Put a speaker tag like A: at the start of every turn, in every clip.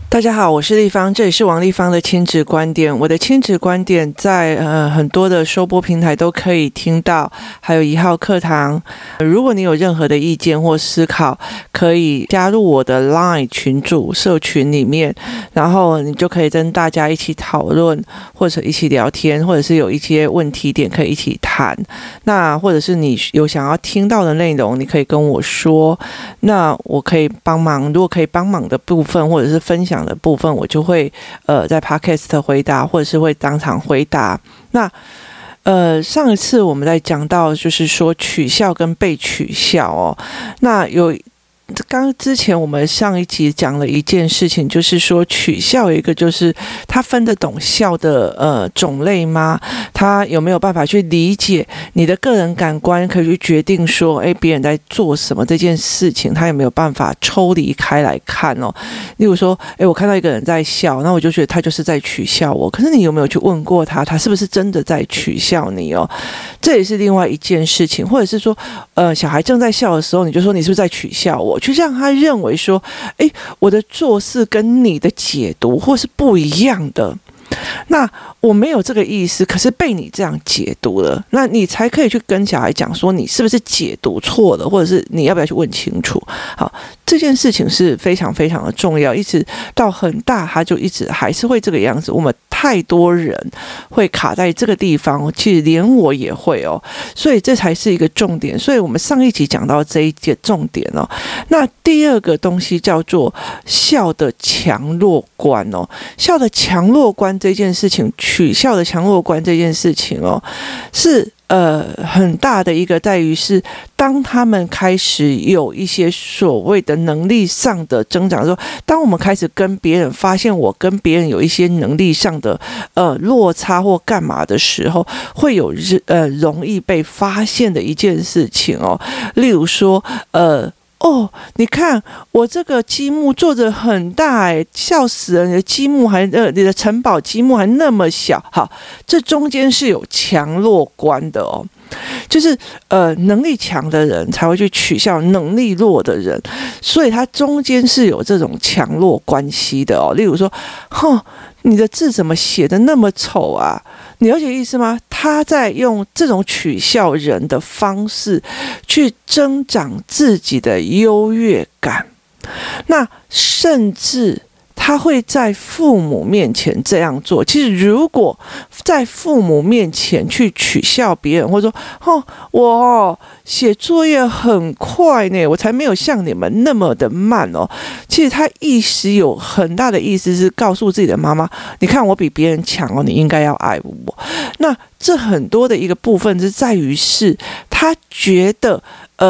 A: 大家好，我是立方，这里是王立方的亲子观点。我的亲子观点在很多的收播平台都可以听到，还有1号课堂。如果你有任何的意见或思考，可以加入我的 LINE 群组社群里面，然后你就可以跟大家一起讨论，或者一起聊天，或者是有一些问题点可以一起谈。那或者是你有想要听到的内容，你可以跟我说，那我可以帮忙。如果可以帮忙的部分，或者是分享的部分，我就会在 Podcast 回答，或者是会当场回答。那上一次我们在讲到就是说取笑跟被取笑哦，那之前我们上一集讲了一件事情，就是说取笑一个就是他分得懂笑的种类吗？他有没有办法去理解你的个人感官，可以去决定说别人在做什么这件事情，他有没有办法抽离开来看哦？例如说我看到一个人在笑，那我就觉得他就是在取笑我，可是你有没有去问过他是不是真的在取笑你哦？这也是另外一件事情。或者是说小孩正在笑的时候，你就说你是不是在取笑我，去让他认为说我的做事跟你的解读或是不一样的，那我没有这个意思，可是被你这样解读了，那你才可以去跟小孩讲说你是不是解读错了，或者是你要不要去问清楚。好，这件事情是非常非常的重要，一直到很大他就一直还是会这个样子。我们太多人会卡在这个地方，其实连我也会哦，所以这才是一个重点。所以我们上一集讲到这一节重点哦。那第二个东西叫做笑的强弱观哦，笑的强弱观这件事情，取笑的强弱观这件事情哦，是很大的一个在于是，当他们开始有一些所谓的能力上的增长的时候，当我们开始跟别人发现我跟别人有一些能力上的落差或干嘛的时候，会有容易被发现的一件事情哦。例如说你看我这个积木做得很大笑死了！你的积木你的城堡积木还那么小。好，这中间是有强弱观的哦，就是能力强的人才会去取笑能力弱的人，所以它中间是有这种强弱关系的哦。例如说，你的字怎么写得那么丑啊？你了解意思吗？他在用这种取笑人的方式去增长自己的优越感，那甚至他会在父母面前这样做。其实如果在父母面前去取笑别人，或者说我写作业很快呢，我才没有像你们那么的慢哦。其实他意识有很大的意思是告诉自己的妈妈，你看我比别人强哦，你应该要爱我。那这很多的一个部分是在于是他觉得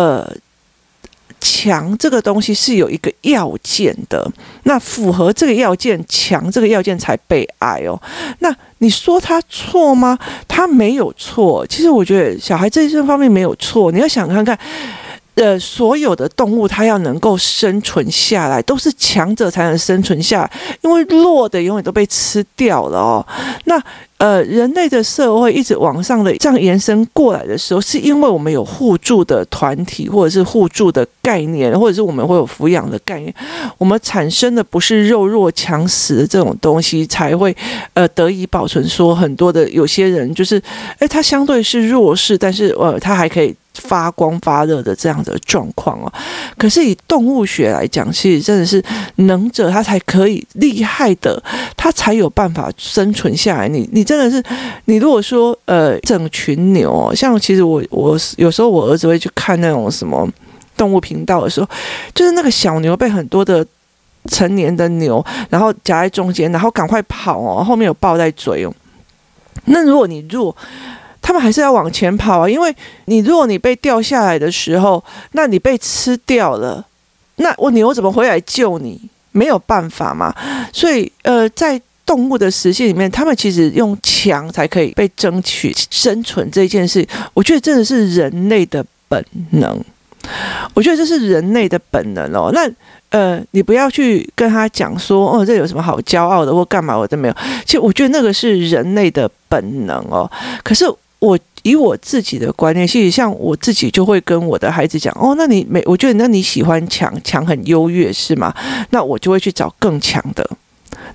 A: 强这个东西是有一个要件的，那符合这个要件，强这个要件才被爱哦。那你说他错吗？他没有错。其实我觉得小孩这方面没有错。你要想看看，所有的动物它要能够生存下来，都是强者才能生存下来，因为弱的永远都被吃掉了哦。那人类的社会一直往上的这样延伸过来的时候，是因为我们有互助的团体，或者是互助的概念，或者是我们会有抚养的概念，我们产生的不是肉弱强食的这种东西，才会得以保存。说很多的有些人就是他相对是弱势，但是他还可以发光发热的这样的状况哦。可是以动物学来讲，其实真的是能者他才可以厉害的，他才有办法生存下来。你真的是，你如果说整群牛像其实我有时候我儿子会去看那种什么动物频道的时候，就是那个小牛被很多的成年的牛然后夹在中间，然后赶快跑哦，后面有抱在嘴哦。那如果你弱，他们还是要往前跑啊，因为如果你被掉下来的时候，那你被吃掉了，那我牛怎么回来救你？没有办法嘛。所以在动物的实性里面，他们其实用强才可以被争取生存这件事，我觉得真的是人类的本能。我觉得这是人类的本能哦。那你不要去跟他讲说这有什么好骄傲的或干嘛，我都没有。其实我觉得那个是人类的本能哦。可是以我自己的观念，其实像我自己就会跟我的孩子讲我觉得那你喜欢强很优越是吗？那我就会去找更强的。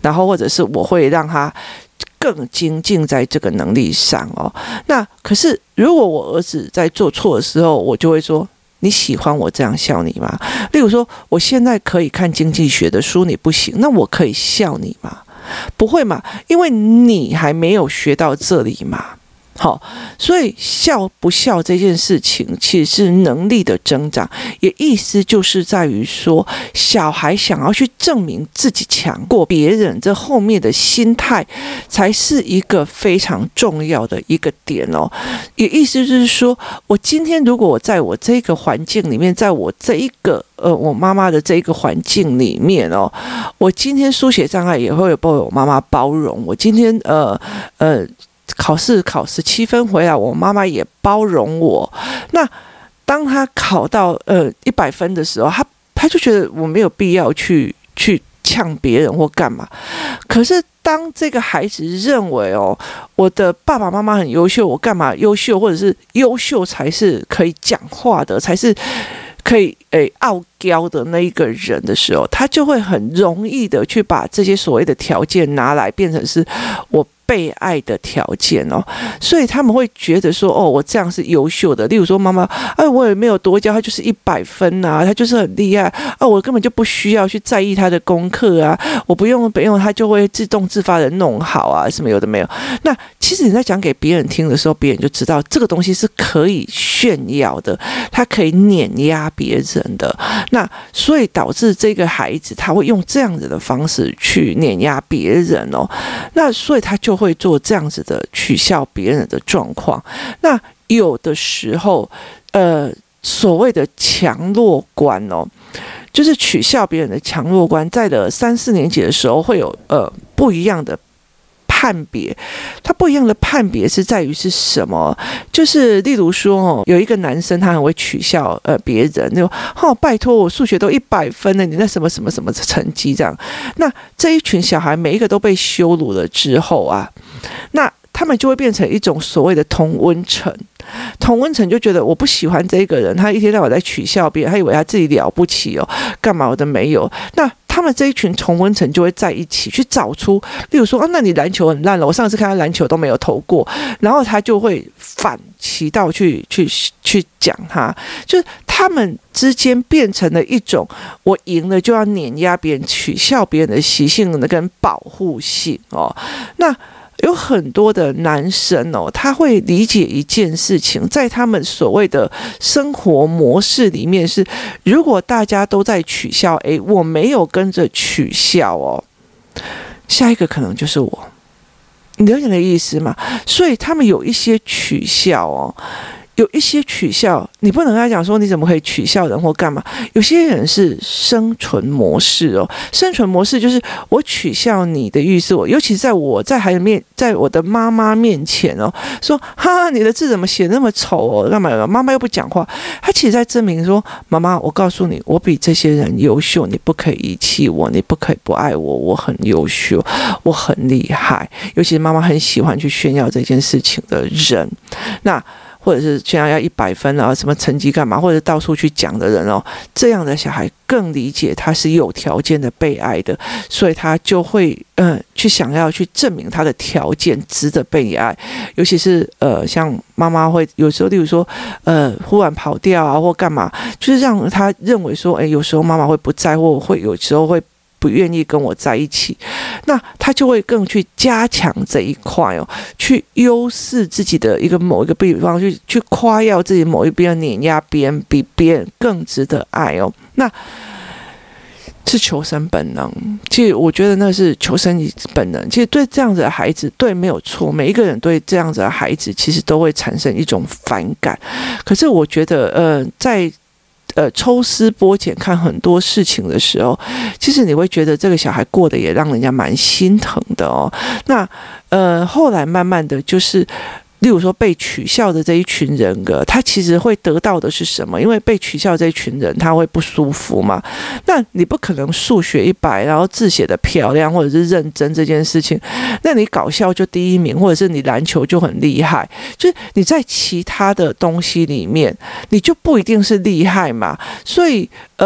A: 然后或者是我会让他更精进在这个能力上哦。那可是如果我儿子在做错的时候，我就会说，你喜欢我这样笑你吗？例如说，我现在可以看经济学的书，你不行，那我可以笑你吗？不会嘛，因为你还没有学到这里嘛。好，所以笑不笑这件事情其实是能力的增长，也意思就是在于说，小孩想要去证明自己强过别人，这后面的心态才是一个非常重要的一个点哦。也意思就是说，我今天如果我在我这个环境里面，在我这一个我妈妈的这一个环境里面哦，我今天书写障碍也会被我妈妈包容，我今天考试考17分回来，我妈妈也包容我。那当他考到100分的时候，他就觉得我没有必要去呛别人或干嘛。可是当这个孩子认为我的爸爸妈妈很优秀，我干嘛优秀，或者是优秀才是可以讲话的，才是可以傲娇的那一个人的时候，他就会很容易的去把这些所谓的条件拿来变成是我被爱的条件哦。所以他们会觉得说，我这样是优秀的。例如说，妈妈，我也没有多教，他就是100分啊，他就是很厉害啊，我根本就不需要去在意他的功课啊，我不用，他就会自动自发的弄好啊，什么有的没有。那其实你在讲给别人听的时候，别人就知道这个东西是可以炫耀的，他可以碾压别人的。那所以导致这个孩子他会用这样子的方式去碾压别人哦。那所以他就会做这样子的取笑别人的状况。那有的时候所谓的强弱观哦，就是取笑别人的强弱观，在了3、4年级的时候会有不一样的判别。它不一样的判别是在于是什么？就是例如说有一个男生他很会取笑别人，就拜托我数学都100分了，你那什么什么什么成绩这样。那这一群小孩每一个都被羞辱了之后啊，那他们就会变成一种所谓的同温层。同温层就觉得我不喜欢这个人，他一天到晚在取笑别人，他以为他自己了不起干嘛我都没有。那他们这一群同温层就会在一起去找出，例如说那你篮球很烂了，我上次看他篮球都没有投过，然后他就会反其道去讲他，就是他们之间变成了一种我赢了就要碾压别人、取笑别人的习性的跟保护性那有很多的男生他会理解一件事情，在他们所谓的生活模式里面是，如果大家都在取笑我没有跟着取笑下一个可能就是我，你了解的意思吗？所以他们有一些取笑有一些取笑，你不能跟他讲说你怎么可以取笑人或干嘛。有些人是生存模式生存模式就是我取笑你的意思，尤其在我在孩子在我的妈妈面前说哈你的字怎么写那么丑干嘛？妈妈又不讲话，他其实在证明说，妈妈，我告诉你，我比这些人优秀，你不可以遗弃我，你不可以不爱我，我很优秀，我很厉害。尤其是妈妈很喜欢去炫耀这件事情的人，那或者是炫耀要100分啊，什么成绩干嘛，或者到处去讲的人这样的小孩更理解他是有条件的被爱的，所以他就会去想要去证明他的条件值得被爱。尤其是像妈妈会有时候，例如说忽然跑掉啊或干嘛，就是让他认为说，有时候妈妈会不在乎，会有时候会不愿意跟我在一起，那他就会更去加强这一块去优势自己的某一个地方，去夸耀自己某一边，碾压别人，比别人更值得爱那是求生本能。其实我觉得那是求生本能。其实对这样子的孩子，对，没有错，每一个人对这样子的孩子其实都会产生一种反感。可是我觉得在抽丝剥茧看很多事情的时候，其实你会觉得这个小孩过得也让人家蛮心疼的那后来慢慢的就是例如说被取笑的这一群人格，他其实会得到的是什么？因为被取笑这一群人他会不舒服嘛，那你不可能数学100然后字写得漂亮或者是认真这件事情，那你搞笑就第1名，或者是你篮球就很厉害，就是你在其他的东西里面你就不一定是厉害嘛。所以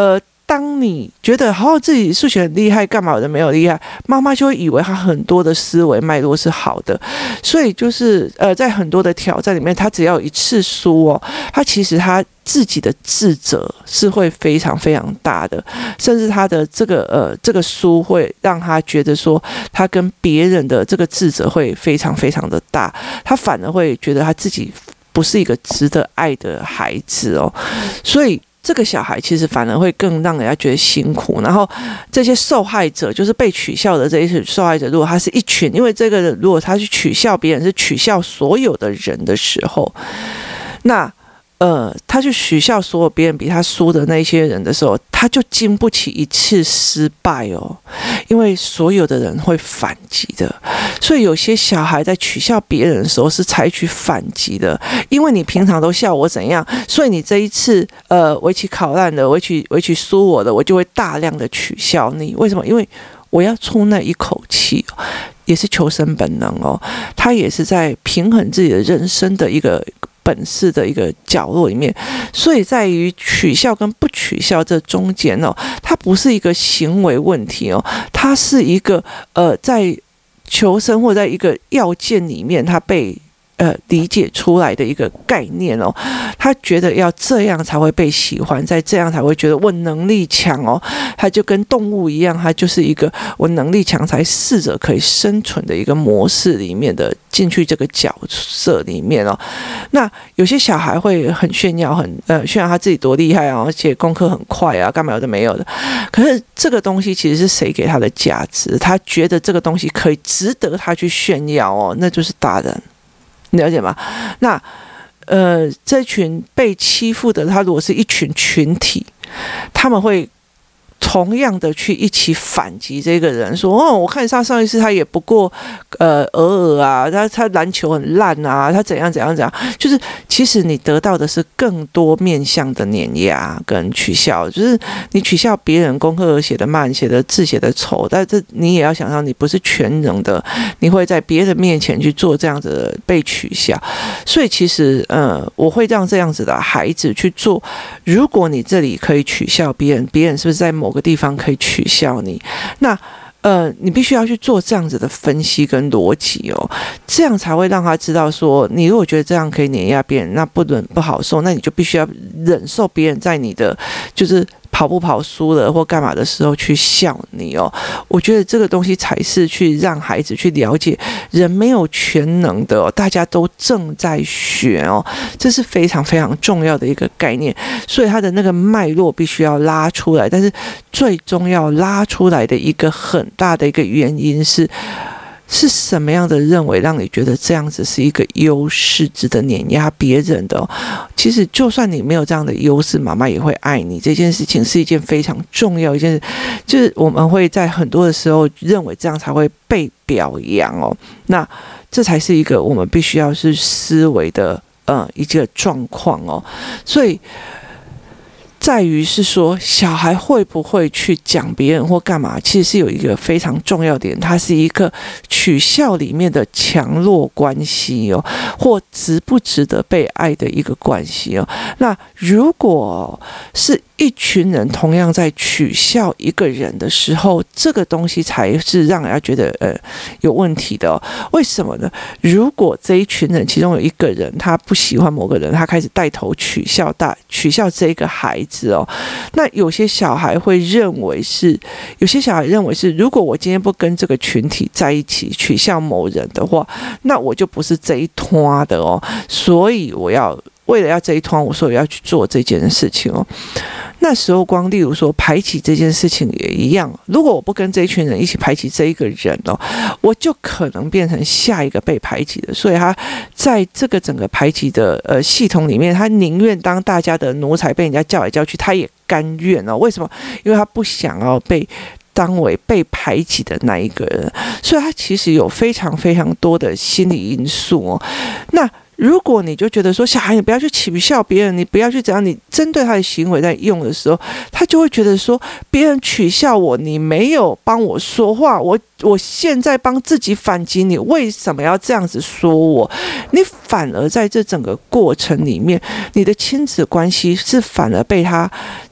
A: 当你觉得自己数学很厉害，干嘛有人没有厉害，妈妈就会以为他很多的思维脉络是好的，所以就是在很多的挑战里面，他只要有一次输他其实他自己的自责是会非常非常大的，甚至他的这个输会让他觉得说，他跟别人的这个自责会非常非常的大，他反而会觉得他自己不是一个值得爱的孩子所以这个小孩其实反而会更让人家觉得辛苦，然后这些受害者，就是被取笑的这一群受害者，如果他是一群，因为这个人如果他去取笑别人，是取笑所有的人的时候，那他去取笑所有别人比他输的那些人的时候，他就经不起一次失败因为所有的人会反击的，所以有些小孩在取笑别人的时候是采取反击的，因为你平常都笑我怎样，所以你这一次围棋考烂了，围棋输我的，我就会大量的取笑你。为什么？因为我要出那一口气也是求生本能他也是在平衡自己的人生的一个本事的一个角落里面，所以在于取笑跟不取笑这中间它不是一个行为问题它是一个在求生或在一个要件里面它被理解出来的一个概念他觉得要这样才会被喜欢，再这样才会觉得我能力强他就跟动物一样，他就是一个我能力强才试着可以生存的一个模式里面的进去这个角色里面那有些小孩会很炫耀，炫耀他自己多厉害而且功课很快干嘛有的没有的，可是这个东西其实是谁给他的价值？他觉得这个东西可以值得他去炫耀那就是大人。你了解吗？那这群被欺负的，他如果是一群群体，他们会同样的去一起反击这个人，说我看上一次他也不过尔啊，他篮球很烂啊，他怎样，就是其实你得到的是更多面向的碾压跟取笑，就是你取笑别人功课写得慢，写的字写得丑，但这你也要想到你不是全能的，你会在别人面前去做这样子的被取笑，所以其实我会让这样子的孩子去做，如果你这里可以取笑别人，别人是不是在某个地方可以取笑你？那你必须要去做这样子的分析跟逻辑这样才会让他知道说，你如果觉得这样可以碾压别人，那不好受，那你就必须要忍受别人在你的就是跑步跑输了或干嘛的时候去笑你我觉得这个东西才是去让孩子去了解人没有全能的大家都正在学这是非常非常重要的一个概念，所以他的那个脉络必须要拉出来，但是最终要拉出来的一个很大的一个原因是什么样的认为让你觉得这样子是一个优势，值得碾压别人的其实就算你没有这样的优势，妈妈也会爱你，这件事情是一件非常重要一件事，就是我们会在很多的时候认为这样才会被表扬那这才是一个我们必须要是思维的一个状况所以在于是说小孩会不会去讲别人或干嘛，其实是有一个非常重要点，它是一个取笑里面的强弱关系或值不值得被爱的一个关系那如果是一群人同样在取笑一个人的时候，这个东西才是让人家觉得有问题的为什么呢？如果这一群人其中有一个人他不喜欢某个人，他开始带头取笑这个孩子那有些小孩认为是，如果我今天不跟这个群体在一起取笑某人的话，那我就不是这一团的所以为了要这一团，我说我要去做这件事情那时候例如说排挤这件事情也一样，如果我不跟这一群人一起排挤这一个人我就可能变成下一个被排挤的，所以他在这个整个排挤的系统里面，他宁愿当大家的奴才，被人家叫来叫去，他也甘愿为什么？因为他不想要被当为被排挤的那一个人，所以他其实有非常非常多的心理因素那如果你就觉得说小孩你不要去取笑别人，你不要去怎样，你针对他的行为在用的时候，他就会觉得说别人取笑我，你没有帮我说话，我现在帮自己反击，你为什么要这样子说我？你反而在这整个过程里面，你的亲子关系是反而被他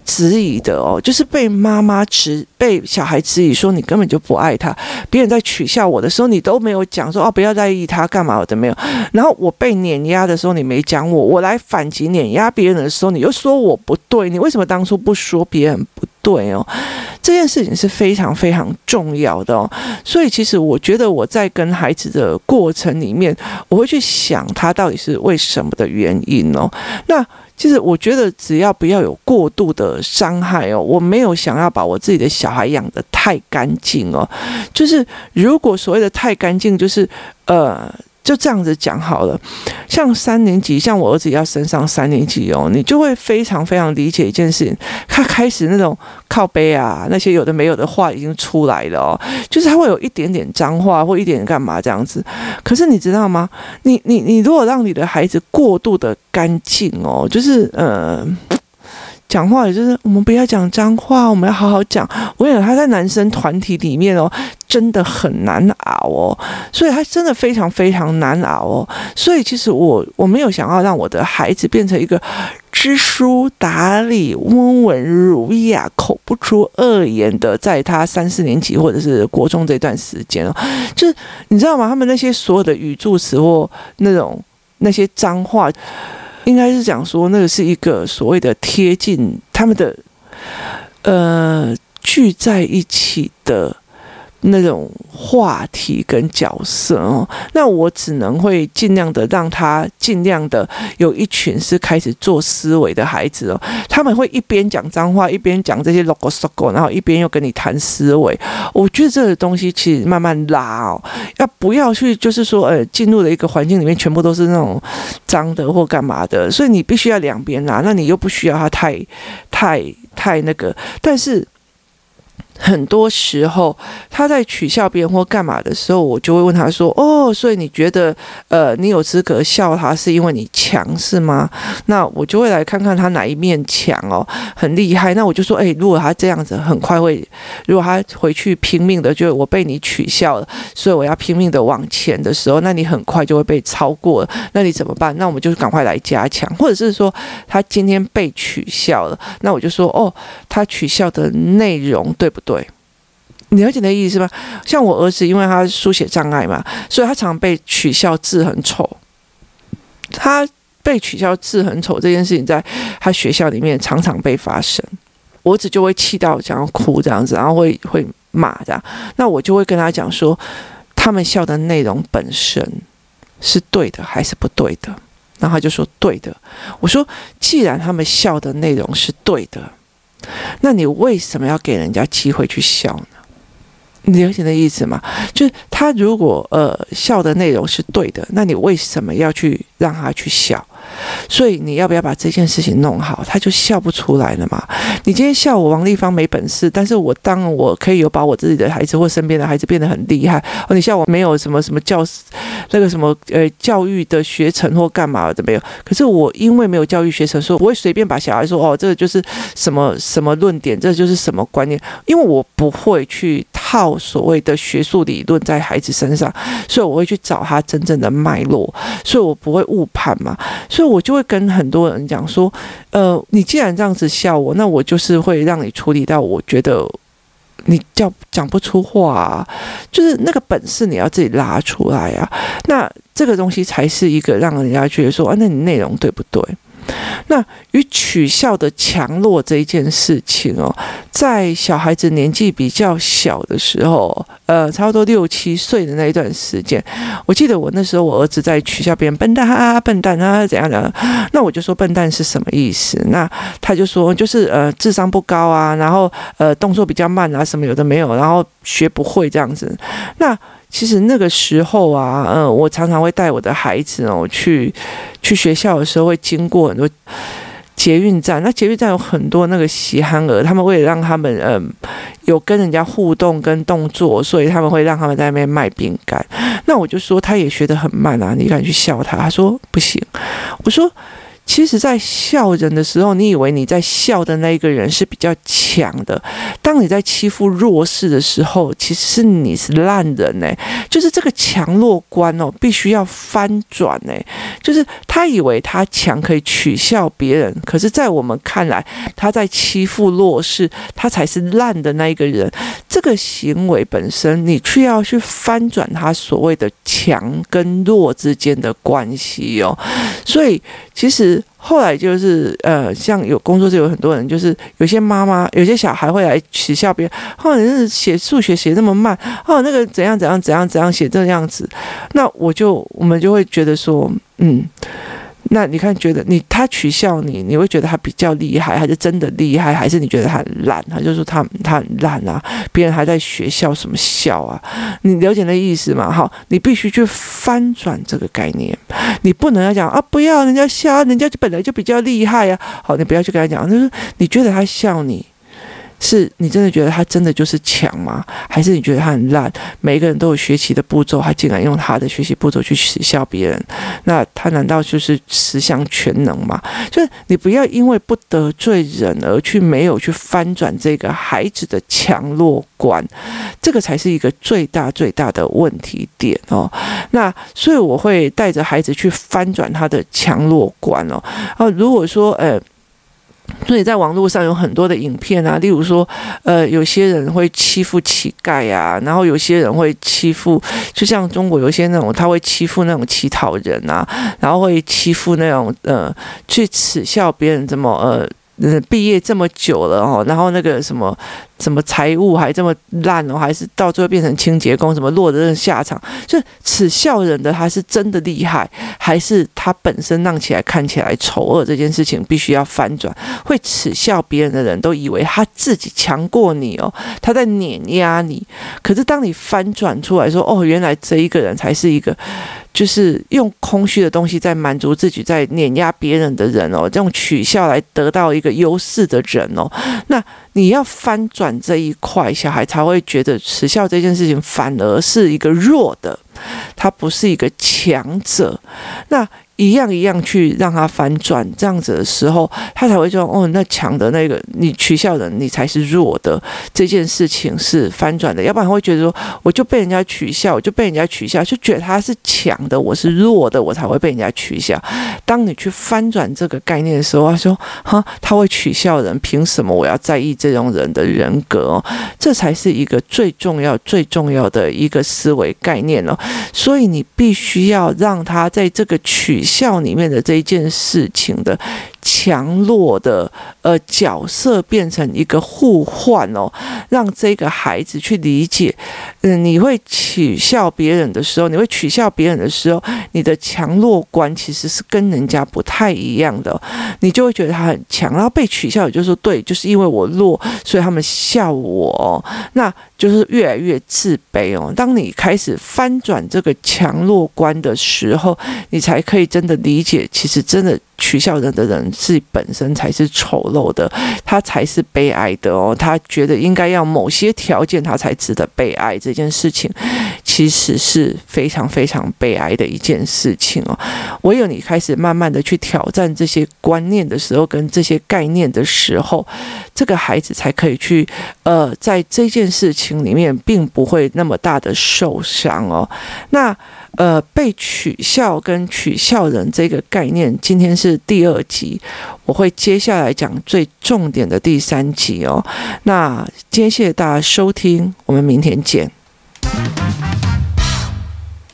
A: 质疑的哦，就是被妈妈被小孩质疑说你根本就不爱他，别人在取笑我的时候你都没有讲说不要在意他干嘛的没有，然后我被碾压的时候你没讲我来反击碾压别人的时候你又说我不对，你为什么当初不说别人不对哦？这件事情是非常非常重要的哦，所以其实我觉得我在跟孩子的过程里面，我会去想他到底是为什么的原因哦。那其实我觉得只要不要有过度的伤害哦，我没有想要把我自己的小孩养得太干净哦，就是如果所谓的太干净，就是就这样子讲好了，像3年级，像我儿子要升上3年级哦，你就会非常非常理解一件事情，他开始那种靠背啊，那些有的没有的话已经出来了哦，就是他会有一点点脏话或一点点干嘛这样子。可是你知道吗？你如果让你的孩子过度的干净哦，就是讲话也就是我们不要讲脏话，我们要好好讲。我跟你讲，他在男生团体里面哦，真的很难熬哦，所以他真的非常非常难熬哦。所以其实我没有想要让我的孩子变成一个知书达理、温文儒雅、口不出恶言的，在他3、4年级或者是国中这段时间哦，就是你知道吗？他们那些所有的语助词或那些脏话。应该是讲说，那个是一个所谓的贴近他们的聚在一起的那种话题跟角色哦，那我只能会尽量的让他尽量的有一群是开始做思维的孩子哦，他们会一边讲脏话，一边讲这些 logo logo， 然后一边又跟你谈思维。我觉得这个东西其实慢慢拉哦，不要去就是说进入了一个环境里面全部都是那种脏的或干嘛的，所以你必须要两边拉，那你又不需要他太那个，但是。很多时候他在取笑别人或干嘛的时候，我就会问他说：“哦，所以你觉得你有资格笑他是因为你强是吗？”那我就会来看看他哪一面强哦，很厉害。那我就说：“如果他这样子很快会，如果他回去拼命的，就我被你取笑了，所以我要拼命的往前的时候，那你很快就会被超过了。那你怎么办？那我们就赶快来加强，或者是说他今天被取笑了，那我就说：哦，他取笑的内容对不对？”你了解的意思吗？像我儿子，因为他书写障碍嘛，所以他常被取笑字很丑。他被取笑字很丑这件事情，在他学校里面常常被发生。我儿子就会气到想要哭这样子，然后会骂这样。那我就会跟他讲说，他们笑的内容本身是对的还是不对的？然后他就说对的。我说，既然他们笑的内容是对的，那你为什么要给人家机会去笑呢？你了解的意思吗？就是他如果笑的内容是对的，那你为什么要去让他去笑？所以你要不要把这件事情弄好，他就笑不出来了嘛。你今天笑我王丽芳没本事，但是我当我可以有把我自己的孩子或身边的孩子变得很厉害哦。你笑我没有什么教育的学程或干嘛的没有，可是我因为没有教育学程，所以我不会随便把小孩说哦，这个就是什么什么论点，这就是什么观念，因为我不会去套所谓的学术理论在孩子身上，所以我会去找他真正的脉络，所以我不会误判嘛。所以我就会跟很多人讲说，你既然这样子笑我，那我就是会让你处理到我觉得你讲不出话啊，就是那个本事你要自己拉出来啊。那这个东西才是一个让人家觉得说，那你内容对不对？那与取笑的强弱这一件事情哦，在小孩子年纪比较小的时候，差不多6、7岁的那一段时间，我记得我那时候我儿子在取笑别人笨蛋啊，笨蛋啊，怎样怎样，那我就说笨蛋是什么意思？那他就说就是智商不高啊，然后动作比较慢啊，什么有的没有，然后学不会这样子。那其实那个时候啊，我常常会带我的孩子哦去学校的时候，会经过很多捷运站。那捷运站有很多那个喜憨儿，他们为了让他们有跟人家互动跟动作，所以他们会让他们在那边卖饼干。那我就说他也学得很慢啊，你敢去笑他？他说不行。我说其实在笑人的时候，你以为你在笑的那一个人是比较强的，当你在欺负弱势的时候，其实你是烂人呢。就是这个强弱观哦，必须要翻转呢。就是他以为他强可以取笑别人，可是在我们看来，他在欺负弱势，他才是烂的那一个人。这个行为本身，你要去翻转他所谓的强跟弱之间的关系哦。所以其实后来就是像有工作室有很多人，就是有些妈妈有些小孩会来取笑别人，哦，你是写数学写那么慢，哦，那个怎样怎样怎样怎样写这样子，那我们就会觉得说，那你看，觉得他取笑你，你会觉得他比较厉害，还是真的厉害，还是你觉得他很烂？他就说他很烂啊，别人还在学校什么笑啊？你了解那意思吗？好，你必须去翻转这个概念，你不能要讲啊，不要人家笑，人家本来就比较厉害啊。好，你不要去跟他讲，就是你觉得他笑你。是你真的觉得他真的就是强吗？还是你觉得他很烂？每一个人都有学习的步骤，他竟然用他的学习步骤去耻笑别人，那他难道就是十项全能吗？就是你不要因为不得罪人而没有去翻转这个孩子的强弱观，这个才是一个最大最大的问题点哦。那所以我会带着孩子去翻转他的强弱观哦。如果说所以在网络上有很多的影片啊，例如说，有些人会欺负乞丐啊，然后有些人会欺负，就像中国有些那种，他会欺负那种乞讨人啊，然后会欺负那种去耻笑别人怎么毕业这么久了哦，然后那个什么财务还这么烂哦，还是到最后变成清洁工，什么落得这下场，就耻笑人的他是真的厉害，还是他本身让起来看起来丑恶，这件事情必须要翻转。会耻笑别人的人都以为他自己强过你哦，他在碾压你。可是当你翻转出来说，哦，原来这一个人才是一个就是用空虚的东西在满足自己，在碾压别人的人哦，这种取笑来得到一个优势的人哦，那你要翻转这一块，小孩才会觉得耻笑这件事情反而是一个弱的，他不是一个强者。那一样去让他翻转，这样子的时候，他才会说，哦，那强的那个你取笑人，你才是弱的，这件事情是翻转的。要不然会觉得说，我就被人家取笑，就觉得他是强的，我是弱的，我才会被人家取笑。当你去翻转这个概念的时候，他说，他会取笑人，凭什么我要在意这种人的人格哦？这才是一个最重要的一个思维概念哦。所以你必须要让他在这个取笑里面的这一件事情的强弱的角色变成一个互换哦，让这个孩子去理解，你会取笑别人的时候，你的强弱观其实是跟人家不太一样的哦，你就会觉得他很强，然后被取笑，也就是说，对，就是因为我弱，所以他们笑我哦，那就是越来越自卑哦。当你开始翻转这个强弱观的时候，你才可以真的理解，其实真的取笑人的人是本身才是丑陋的，他才是悲哀的哦。他觉得应该要某些条件他才值得被爱，这件事情其实是非常非常悲哀的一件事情哦。唯有你开始慢慢的去挑战这些观念的时候，跟这些概念的时候，这个孩子才可以去在这件事情里面并不会那么大的受伤哦。那被取笑跟取笑人这个概念，今天是第2集，我会接下来讲最重点的第3集哦。那今天谢谢大家收听，我们明天见。